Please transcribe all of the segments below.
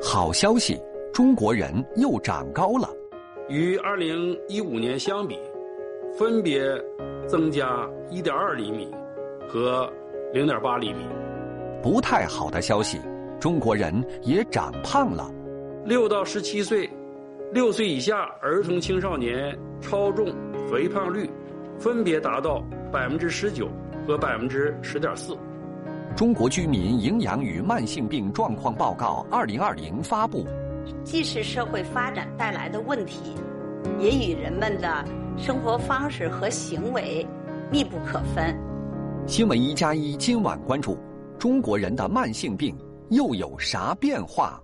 好消息，中国人又长高了。 与2015年相比，分别增加1.2厘米和0.8厘米。 不太好的消息，中国人也长胖了。 6到17岁、6岁以下儿童青少年超重肥胖率分别达到19%和10.4%。 中国居民营养与慢性病状况报告2020发布， 既是社会发展带来的问题，也与人们的生活方式和行为密不可分。 新闻1+1今晚关注中国人的慢性病又有啥变化？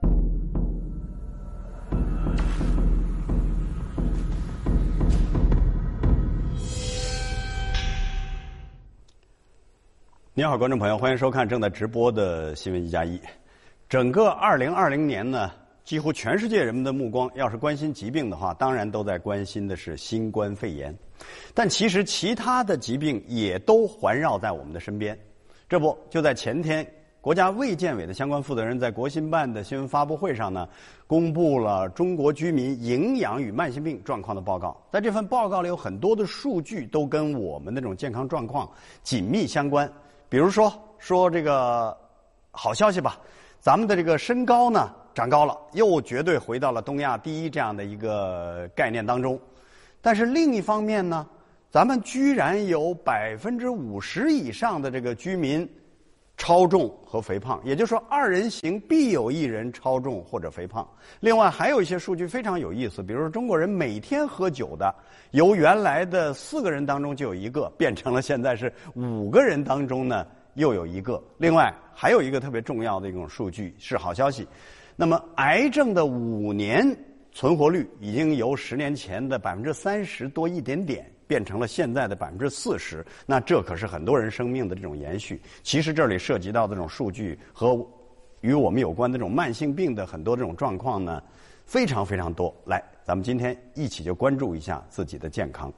你好，观众朋友，欢迎收看正在直播的新闻1+1。整个2020年呢，几乎全世界人们的目光，要是关心疾病的话，当然都在关心的是新冠肺炎。但其实其他的疾病也都环绕在我们的身边。这不，就在前天，国家卫健委的相关负责人在国新办的新闻发布会上呢，公布了中国居民营养与慢性病状况的报告。在这份报告里，有很多的数据都跟我们的这种健康状况紧密相关。比如说这个好消息吧，咱们的这个身高呢长高了，又绝对回到了东亚第一这样的一个概念当中。但是另一方面呢，咱们居然有50%以上的这个居民超重和肥胖，也就是说2人行必有1人超重或者肥胖。另外还有一些数据非常有意思，比如说中国人每天喝酒的，由原来的4个人当中就有1个，变成了现在是5个人当中呢又有1个。另外还有一个特别重要的一种数据是好消息，那么癌症的5年存活率已经由10年前的30%多一点点变成了现在的40%，那这可是很多人生命的这种延续。其实这里涉及到的这种数据和与我们有关的这种慢性病的很多这种状况呢，非常非常多。来，咱们今天一起就关注一下自己的健康。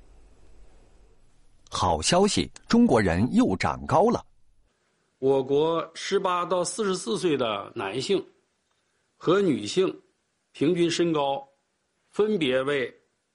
好消息，中国人又长高了。 我国18到44岁的男性和女性平均身高分别为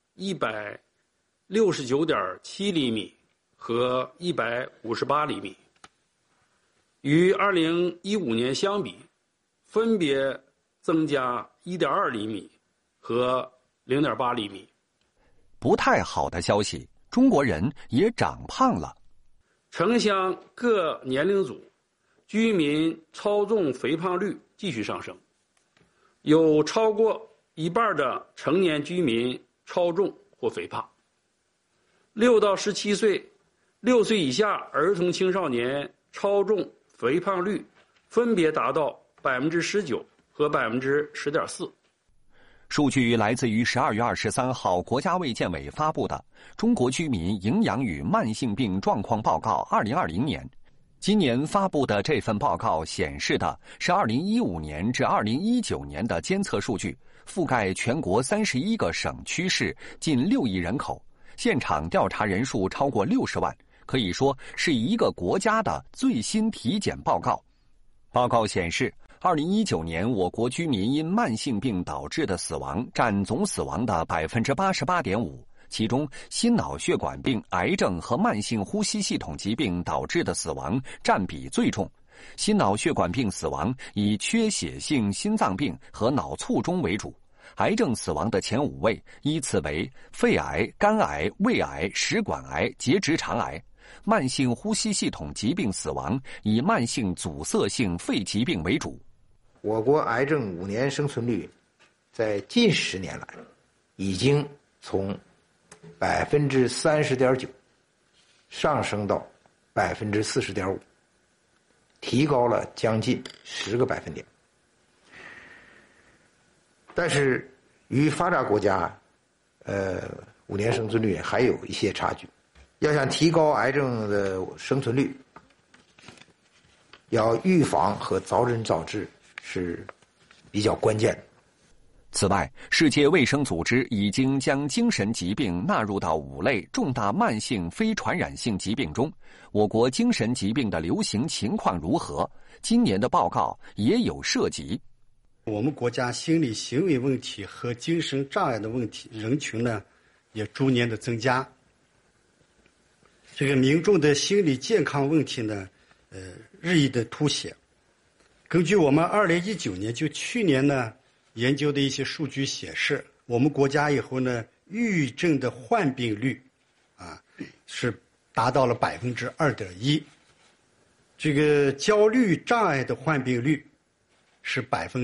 169.7厘米和158厘米，与2015年相比，分别增加1.2厘米和0.8厘米。 不太好的消息，中国人也长胖了。 城乡各年龄组居民超重肥胖率继续上升，有超过1半的成年居民超重或肥胖。6到17岁、6岁以下儿童青少年超重肥胖率分别达到19%和10.4%。 数据来自于12月23号国家卫健委发布的《中国居民营养与慢性病状况报告2020年》。今年发布的这份报告显示的是2015年至2019年的监测数据，覆盖全国31个省区市，近6亿人口，现场调查人数超过60万，可以说是一个国家的最新体检报告。报告显示，2019年我国居民因慢性病导致的死亡占总死亡的88.5%，其中心脑血管病、癌症和慢性呼吸系统疾病导致的死亡占比最重。心脑血管病死亡以缺血性心脏病和脑卒中为主，癌症死亡的前5位依次为肺癌、肝癌、胃癌、食管癌、结直肠癌。慢性呼吸系统疾病死亡以慢性阻塞性肺疾病为主。 我国癌症5年生存率在近10年来已经从30.9%上升到40.5%，提高了将近10个百分点。但是与发达国家5年生存率还有一些差距。要想提高癌症的生存率，要预防和早诊早治是比较关键的。 此外，世界卫生组织已经将精神疾病纳入到5类重大慢性非传染性疾病中。我国精神疾病的流行情况如何？今年的报告也有涉及。 我们国家心理行为问题和精神障碍的问题人群呢，也逐年的增加。这个民众的心理健康问题呢，日益的凸显。根据我们2019年就去年呢研究的一些数据显示，我们国家以后呢，抑郁症的患病率是达到了2.1%，这个焦虑障碍的患病率是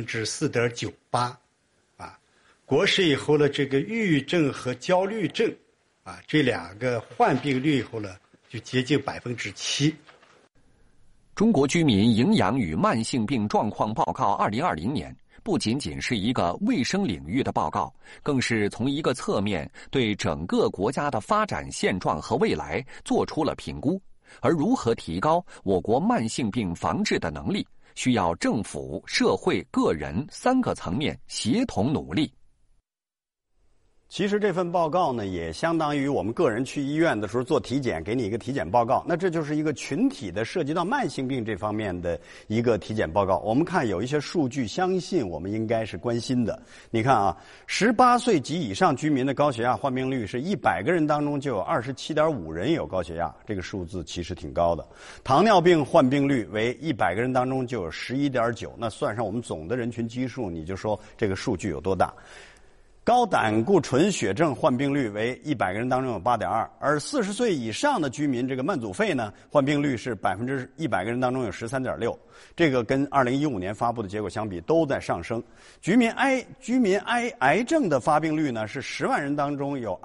4.98%，国十以后呢，这个抑郁症和焦虑症这两个患病率以后呢，就接近7%。 中国居民营养与慢性病状况报告2020年不仅仅是一个卫生领域的报告，更是从一个侧面对整个国家的发展现状和未来做出了评估。而如何提高我国慢性病防治的能力，需要政府、社会、个人3个层面协同努力。 其实这份报告呢，也相当于我们个人去医院的时候做体检，给你一个体检报告。那这就是一个群体的涉及到慢性病这方面的一个体检报告。我们看有一些数据，相信我们应该是关心的。你看啊，18岁及以上居民的高血压患病率是100个人当中就有27.5人有高血压，这个数字其实挺高的。糖尿病患病率为100个人当中就有11.9，那算上我们总的人群基数，你就说这个数据有多大。高胆固醇血症患病率为100个人当中有8.2，而40岁以上的居民，这个慢阻肺呢，患病率是100个人当中有13.6，这个跟2015年发布的结果相比都在上升。居民癌症的发病率呢是10万人当中有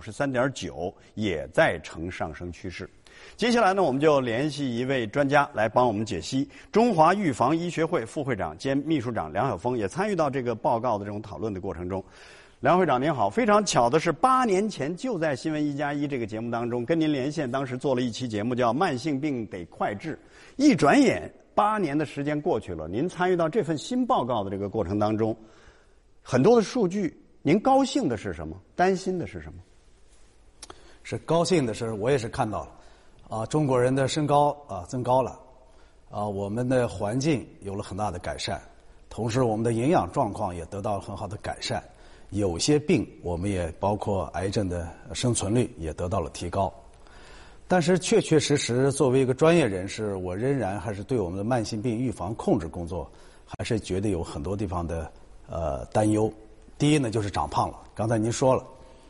293.9，也在呈上升趋势。接下来呢，我们就联系一位专家来帮我们解析。中华预防医学会副会长兼秘书长梁晓峰也参与到这个报告的这种讨论的过程中。梁会长您好，非常巧的是8年前就在新闻1+1这个节目当中跟您连线，当时做了一期节目叫慢性病得快治。一转眼8年的时间过去了，您参与到这份新报告的这个过程当中，很多的数据，您高兴的是什么？担心的是什么？ 是高兴的是，我也是看到了，中国人的身高增高了，我们的环境有了很大的改善，同时我们的营养状况也得到了很好的改善。有些病我们也包括癌症的生存率也得到了提高，但是确确实实作为一个专业人士，我仍然还是对我们的慢性病预防控制工作还是觉得有很多地方的担忧。第一呢，就是长胖了。刚才您说了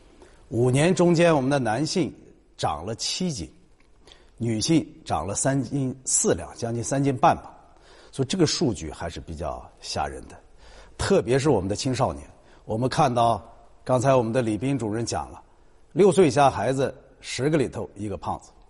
，5年中间我们的男性长了7斤，女性长了3斤4两，将近3斤半吧，所以这个数据还是比较吓人的。特别是我们的青少年，我们看到刚才我们的李斌主任讲了，6岁以下孩子10个里头1个胖子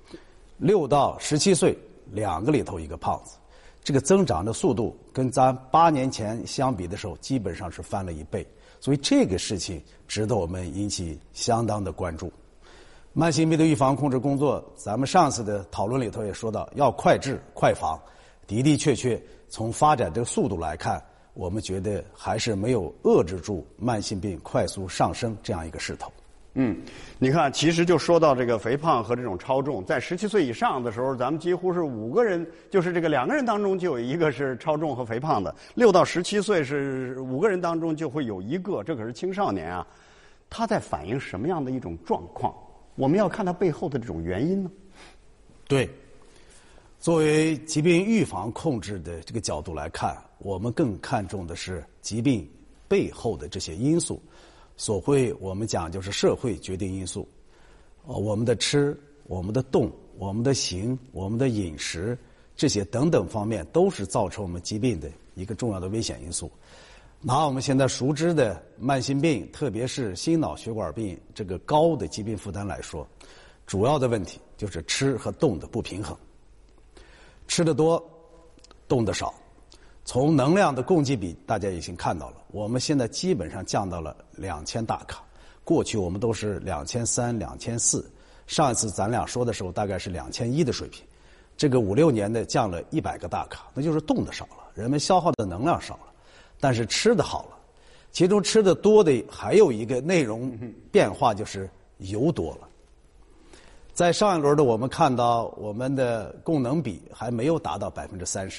，6到17岁2个里头1个胖子，这个增长的速度跟咱8年前相比的时候基本上是翻了1倍，所以这个事情值得我们引起相当的关注。慢性病的预防控制工作，咱们上次的讨论里头也说到，要快治快防，的的确确从发展这个速度来看，我们觉得还是没有遏制住慢性病快速上升这样一个势头。 你看，其实就说到这个肥胖和这种超重，在17岁以上的时候，咱们几乎是5个人，就是这个2个人当中就有1个是超重和肥胖的。6到17岁是5个人当中就会有1个，这可是青少年啊。它在反映什么样的一种状况？我们要看它背后的这种原因呢？ 对，作为疾病预防控制的这个角度来看，我们更看重的是疾病背后的这些因素。所谓我们讲就是社会决定因素，我们的吃、我们的动、我们的行、我们的饮食，这些等等方面都是造成我们疾病的一个重要的危险因素。拿我们现在熟知的慢性病，特别是心脑血管病这个高的疾病负担来说，主要的问题就是吃和动的不平衡，吃得多，动得少。从能量的供给比，大家已经看到了，我们现在基本上降到了2000大卡，过去我们都是2300、2400，上一次咱俩说的时候大概是2100的水平，这个5、6年的降了100个大卡，那就是动的少了，人们消耗的能量少了，但是吃的好了。其中吃的多的还有一个内容变化，就是油多了。在上一轮的我们看到我们的供能比还没有达到30%，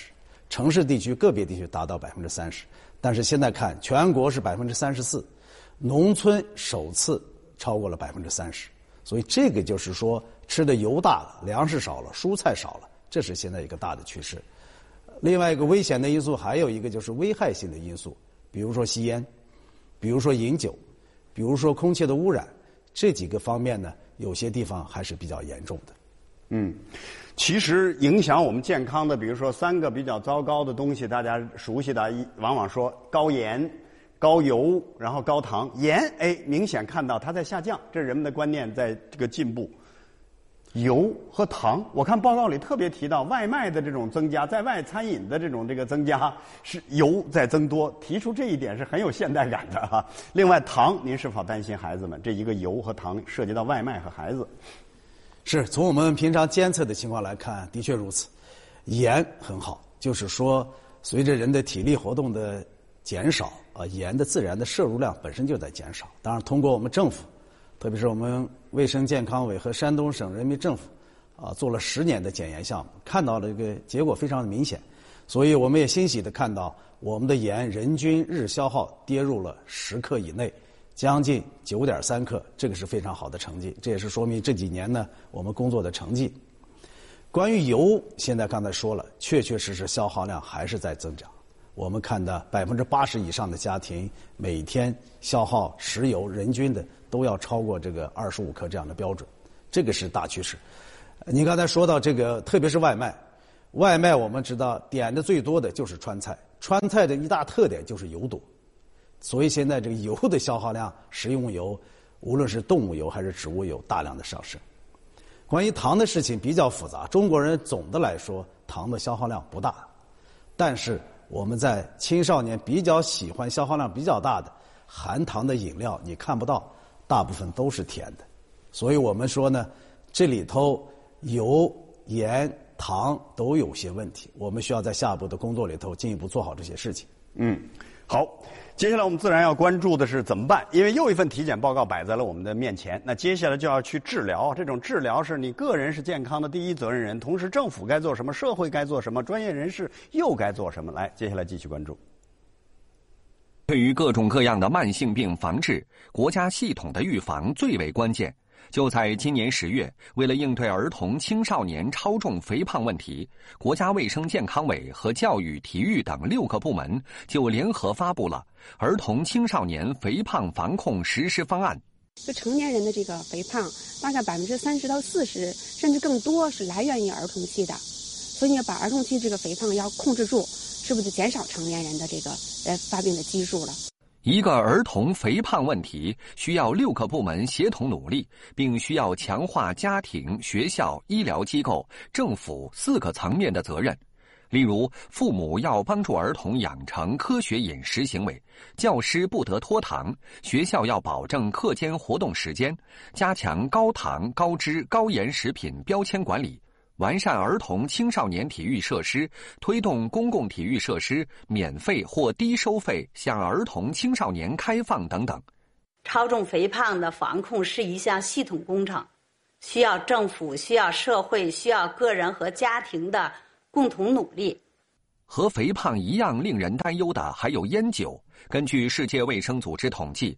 城市地区个别地区达到30%，但是现在看全国是34%，农村首次超过了30%，所以这个就是说吃的油大了，粮食少了，蔬菜少了，这是现在一个大的趋势。另外一个危险的因素还有一个就是危害性的因素，比如说吸烟，比如说饮酒，比如说空气的污染，这几个方面呢，有些地方还是比较严重的。 其实影响我们健康的，比如说3个比较糟糕的东西，大家熟悉的往往说高盐、高油，然后高糖。盐，明显看到它在下降，这是人们的观念在这个进步。油和糖，我看报告里特别提到外卖的这种增加，在外餐饮的这个增加，是油在增多，提出这一点是很有现代感的哈。另外糖，您是否担心孩子们这一个油和糖涉及到外卖和孩子？ 是，从我们平常监测的情况来看，的确如此。盐很好，就是说随着人的体力活动的减少，盐的自然的摄入量本身就在减少。当然，通过我们政府，特别是我们卫生健康委和山东省人民政府做了10年的检验项目，看到了这个结果非常的明显，所以我们也欣喜的看到我们的盐人均日消耗跌入了10克以内，将近9.3克，这个是非常好的成绩，这也是说明这几年呢我们工作的成绩。关于油，现在刚才说了，确确实实消耗量还是在增长。我们看到80%以上的家庭每天消耗食油人均的都要超过这个25克这样的标准，这个是大趋势。您刚才说到这个，特别是外卖我们知道点的最多的就是川菜，川菜的一大特点就是油多，所以现在这个油的消耗量，食用油无论是动物油还是植物油大量的上升。关于糖的事情比较复杂，中国人总的来说糖的消耗量不大，但是我们在青少年比较喜欢消耗量比较大的含糖的饮料，你看不到，大部分都是甜的。所以我们说呢，这里头油、盐、糖都有些问题，我们需要在下一步的工作里头进一步做好这些事情。 好，接下来我们自然要关注的是怎么办，因为又一份体检报告摆在了我们的面前。那接下来就要去治疗，这种治疗是你个人是健康的第一责任人，同时政府该做什么，社会该做什么，专业人士又该做什么。来，接下来继续关注。 对于各种各样的慢性病防治，国家系统的预防最为关键。就在今年10月，为了应对儿童青少年超重肥胖问题，国家卫生健康委和教育体育等6个部门就联合发布了儿童青少年肥胖防控实施方案。 就成年人的这个肥胖，大概30%到40%，甚至更多是来源于儿童期的，所以你要把儿童期这个肥胖要控制住，是不是就减少成年人的这个发病的基数了？ 一个儿童肥胖问题需要6个部门协同努力，并需要强化家庭、学校、医疗机构、政府4个层面的责任。例如，父母要帮助儿童养成科学饮食行为，教师不得脱糖，学校要保证课间活动时间，加强高糖、高脂、高盐食品标签管理，完善儿童青少年体育设施，推动公共体育设施免费或低收费向儿童青少年开放等等。 超重肥胖的防控是一项系统工程，需要政府、需要社会、需要个人和家庭的共同努力。 和肥胖一样令人担忧的还有烟酒。根据世界卫生组织统计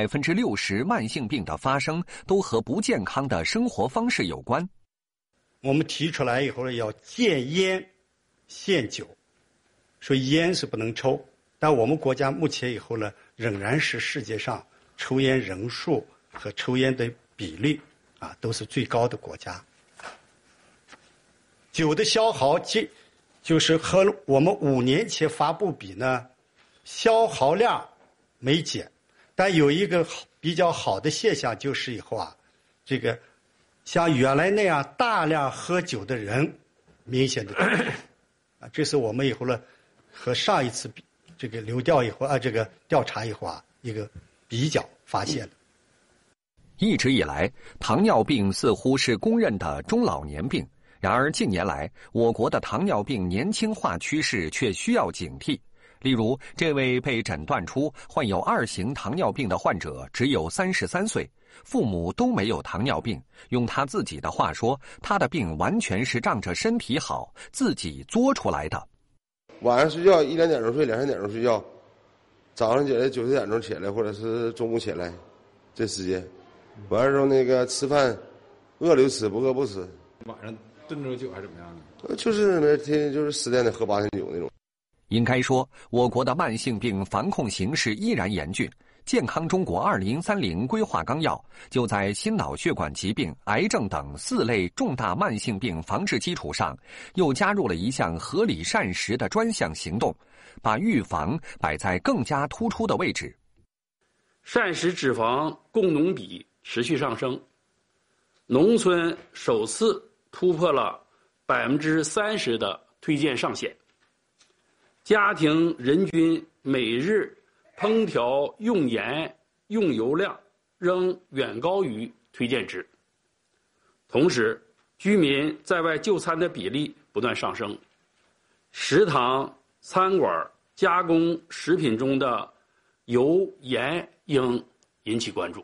，60%慢性病的发生都和不健康的生活方式有关。 我们提出来以后呢，要戒烟限酒，说烟是不能抽，但我们国家目前以后呢，仍然是世界上抽烟人数和抽烟的比率都是最高的国家。酒的消耗就是和我们5年前发布比呢，消耗量没减，但有一个比较好的现象，就是以后这个像原来那样大量喝酒的人明显的这是我们以后呢和上一次这个流调以后这个调查以后一个比较发现的。 一直以来，糖尿病似乎是公认的中老年病，然而近年来，我国的糖尿病年轻化趋势却需要警惕。例如，这位被诊断出患有2型糖尿病的患者只有33岁，父母都没有糖尿病。用他自己的话说，他的病完全是仗着身体好自己作出来的。 晚上睡觉1、2点钟睡，2、3点钟睡觉，早上起来9、10点钟起来，或者是中午起来，这时间，完了之后那个吃饭，饿了就吃，不饿不吃。 晚上炖着酒还怎么样呢？ 就是那天就是10点得喝8天酒那种。 应该说，我国的慢性病防控形势依然严峻。健康中国2030规划纲要就在心脑血管疾病、癌症等4类重大慢性病防治基础上，又加入了一项合理膳食的专项行动，把预防摆在更加突出的位置。 膳食脂肪供农比持续上升，农村首次突破了30%的推荐上限，家庭人均每日烹调用盐用油量仍远高于推荐值。同时，居民在外就餐的比例不断上升，食堂、餐馆加工食品中的油盐应引起关注。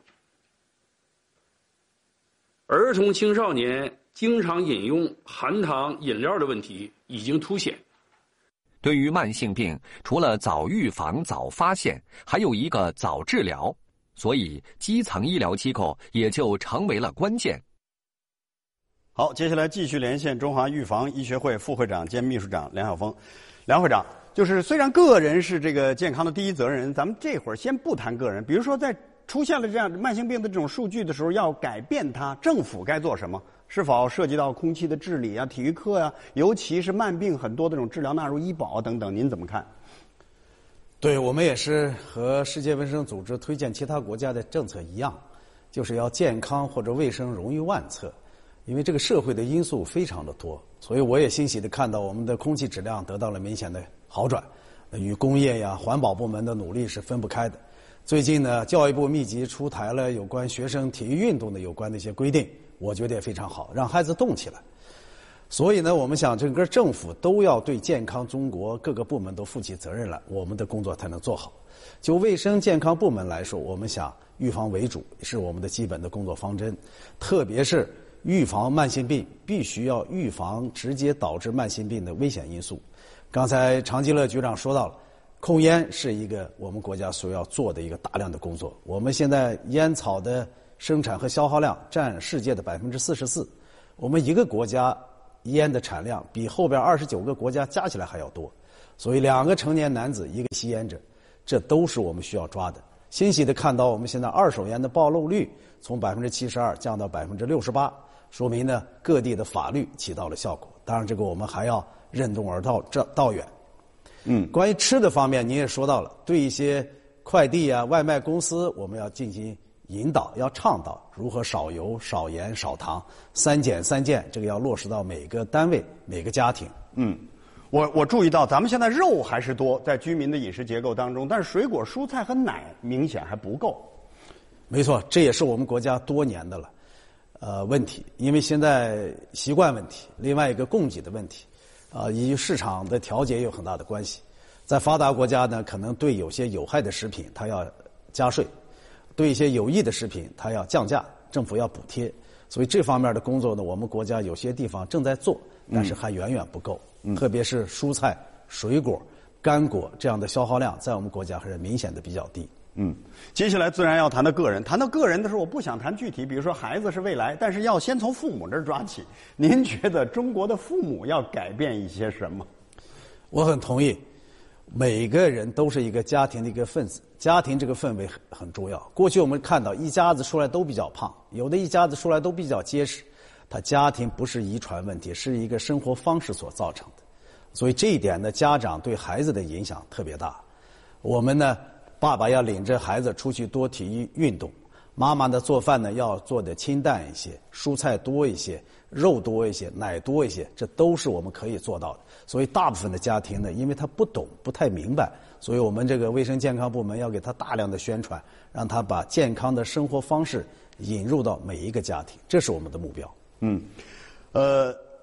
儿童青少年经常饮用含糖饮料的问题已经凸显。 对于慢性病，除了早预防、早发现，还有一个早治疗，所以基层医疗机构也就成为了关键。 好，接下来继续连线中华预防医学会副会长兼秘书长梁晓峰。梁会长，就是虽然个人是这个健康的第一责任人，咱们这会儿先不谈个人，比如说在出现了这样慢性病的这种数据的时候，要改变它，政府该做什么？是否涉及到空气的治理啊、体育课啊，尤其是慢病很多的这种治疗纳入医保等等，您怎么看？ 对，我们也是和世界卫生组织推荐其他国家的政策一样，就是要健康或者卫生荣誉万策。因为这个社会的因素非常的多，所以我也欣喜地看到我们的空气质量得到了明显的好转，与工业呀、环保部门的努力是分不开的。最近呢，教育部密集出台了有关学生体育运动的有关的一些规定，我觉得也非常好，让孩子动起来。所以呢，我们想整个政府都要对健康中国各个部门都负起责任来，我们的工作才能做好。就卫生健康部门来说，我们想预防为主是我们的基本的工作方针，特别是预防慢性病，必须要预防直接导致慢性病的危险因素。刚才常吉乐局长说到了，控烟是一个我们国家所要做的一个大量的工作。我们现在烟草的生产和消耗量占世界的44%，我们一个国家烟的产量比后边29个国家加起来还要多，所以2个成年男子1个吸烟者，这都是我们需要抓的。欣喜地看到我们现在二手烟的暴露率从72%降到68%，说明呢各地的法律起到了效果。当然，这个我们还要任重而道远。关于吃的方面，您也说到了，对一些快递啊、外卖公司，我们要进行引导，要倡导如何少油、少盐、少糖，3减3健，这个要落实到每个单位、每个家庭。 我注意到咱们现在肉还是多，在居民的饮食结构当中，但是水果、蔬菜和奶明显还不够。 没错，这也是我们国家多年的了问题，因为现在习惯问题，另外一个供给的问题，以及市场的调节有很大的关系。在发达国家呢，可能对有些有害的食品它要加税，对一些有益的食品它要降价，政府要补贴。所以这方面的工作呢，我们国家有些地方正在做，但是还远远不够。特别是蔬菜、水果、干果这样的消耗量，在我们国家还是明显的比较低。 接下来自然要谈到个人。谈到个人的时候，我不想谈具体，比如说孩子是未来，但是要先从父母这儿抓起。您觉得中国的父母要改变一些什么？ 我很同意，每个人都是一个家庭的一个分子，家庭这个氛围很重要。过去我们看到一家子出来都比较胖，有的一家子出来都比较结实，他家庭不是遗传问题，是一个生活方式所造成的。所以这一点呢，家长对孩子的影响特别大。我们呢，爸爸要领着孩子出去多体育运动，妈妈呢做饭呢要做的清淡一些，蔬菜多一些，肉多一些，奶多一些，这都是我们可以做到的。所以大部分的家庭呢，因为他不懂、不太明白，所以我们这个卫生健康部门要给他大量的宣传，让他把健康的生活方式引入到每一个家庭，这是我们的目标。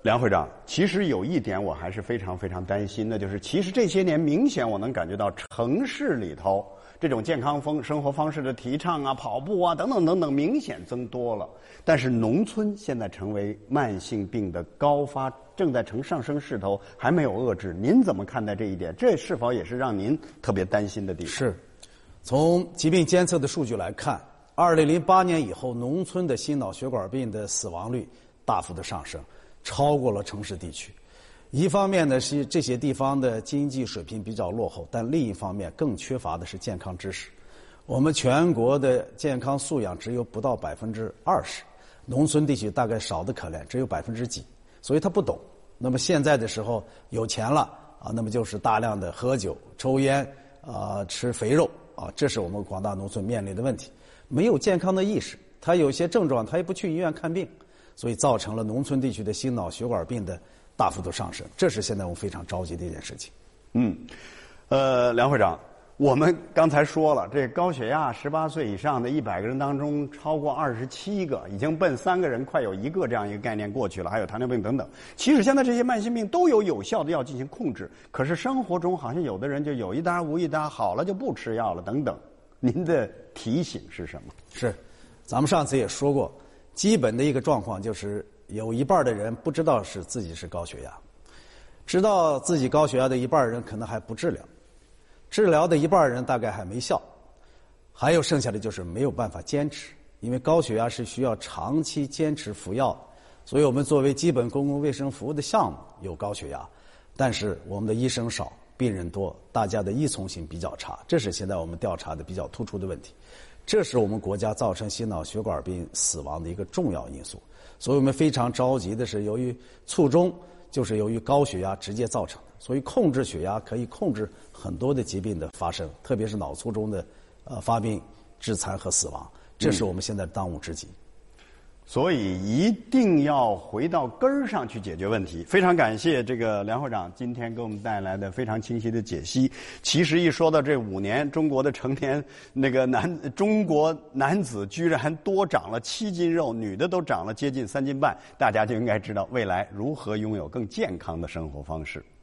梁会长，其实有一点我还是非常非常担心的，就是其实这些年明显我能感觉到城市里头这种健康生活方式的提倡啊、跑步啊等等等等明显增多了，但是农村现在成为慢性病的高发，正在呈上升势头，还没有遏制。您怎么看待这一点？这是否也是让您特别担心的地方？ 是，从疾病监测的数据来看，2008年以后，农村的心脑血管病的死亡率大幅的上升，超过了城市地区。一方面呢是这些地方的经济水平比较落后，但另一方面更缺乏的是健康知识。我们全国的健康素养只有不到20%，农村地区大概少得可怜，只有几%，所以他不懂。那么现在的时候有钱了啊，那么就是大量的喝酒、抽烟啊、吃肥肉啊，这是我们广大农村面临的问题。没有健康的意识，他有些症状他也不去医院看病，所以造成了农村地区的心脑血管病的大幅度上升，这是现在我们非常着急的一件事情。 梁会长，我们刚才说了，这高血压18岁以上的100个人当中，超过27个，已经奔3个人，快有1个这样一个概念过去了，还有糖尿病等等。其实现在这些慢性病都有效的药进行控制，可是生活中好像有的人就有一搭无一搭，好了就不吃药了等等。您的提醒是什么？ 是，咱们上次也说过，基本的一个状况就是有一半的人不知道自己是高血压，知道自己高血压的一半人可能还不治疗，治疗的一半人大概还没效，还有剩下的就是没有办法坚持，因为高血压是需要长期坚持服药，所以我们作为基本公共卫生服务的项目有高血压，但是我们的医生少，病人多，大家的依从性比较差，这是现在我们调查的比较突出的问题，这是我们国家造成心脑血管病死亡的一个重要因素。所以我们非常着急的是，由于卒中就是由于高血压直接造成的，所以控制血压可以控制很多的疾病的发生，特别是脑卒中的发病、致残和死亡，这是我们现在的当务之急。 所以一定要回到根儿上去解决问题。非常感谢这个梁会长今天给我们带来的非常清晰的解析。其实一说到这5年，中国的成年中国男子居然多长了7斤肉，女的都长了接近3斤半，大家就应该知道未来如何拥有更健康的生活方式。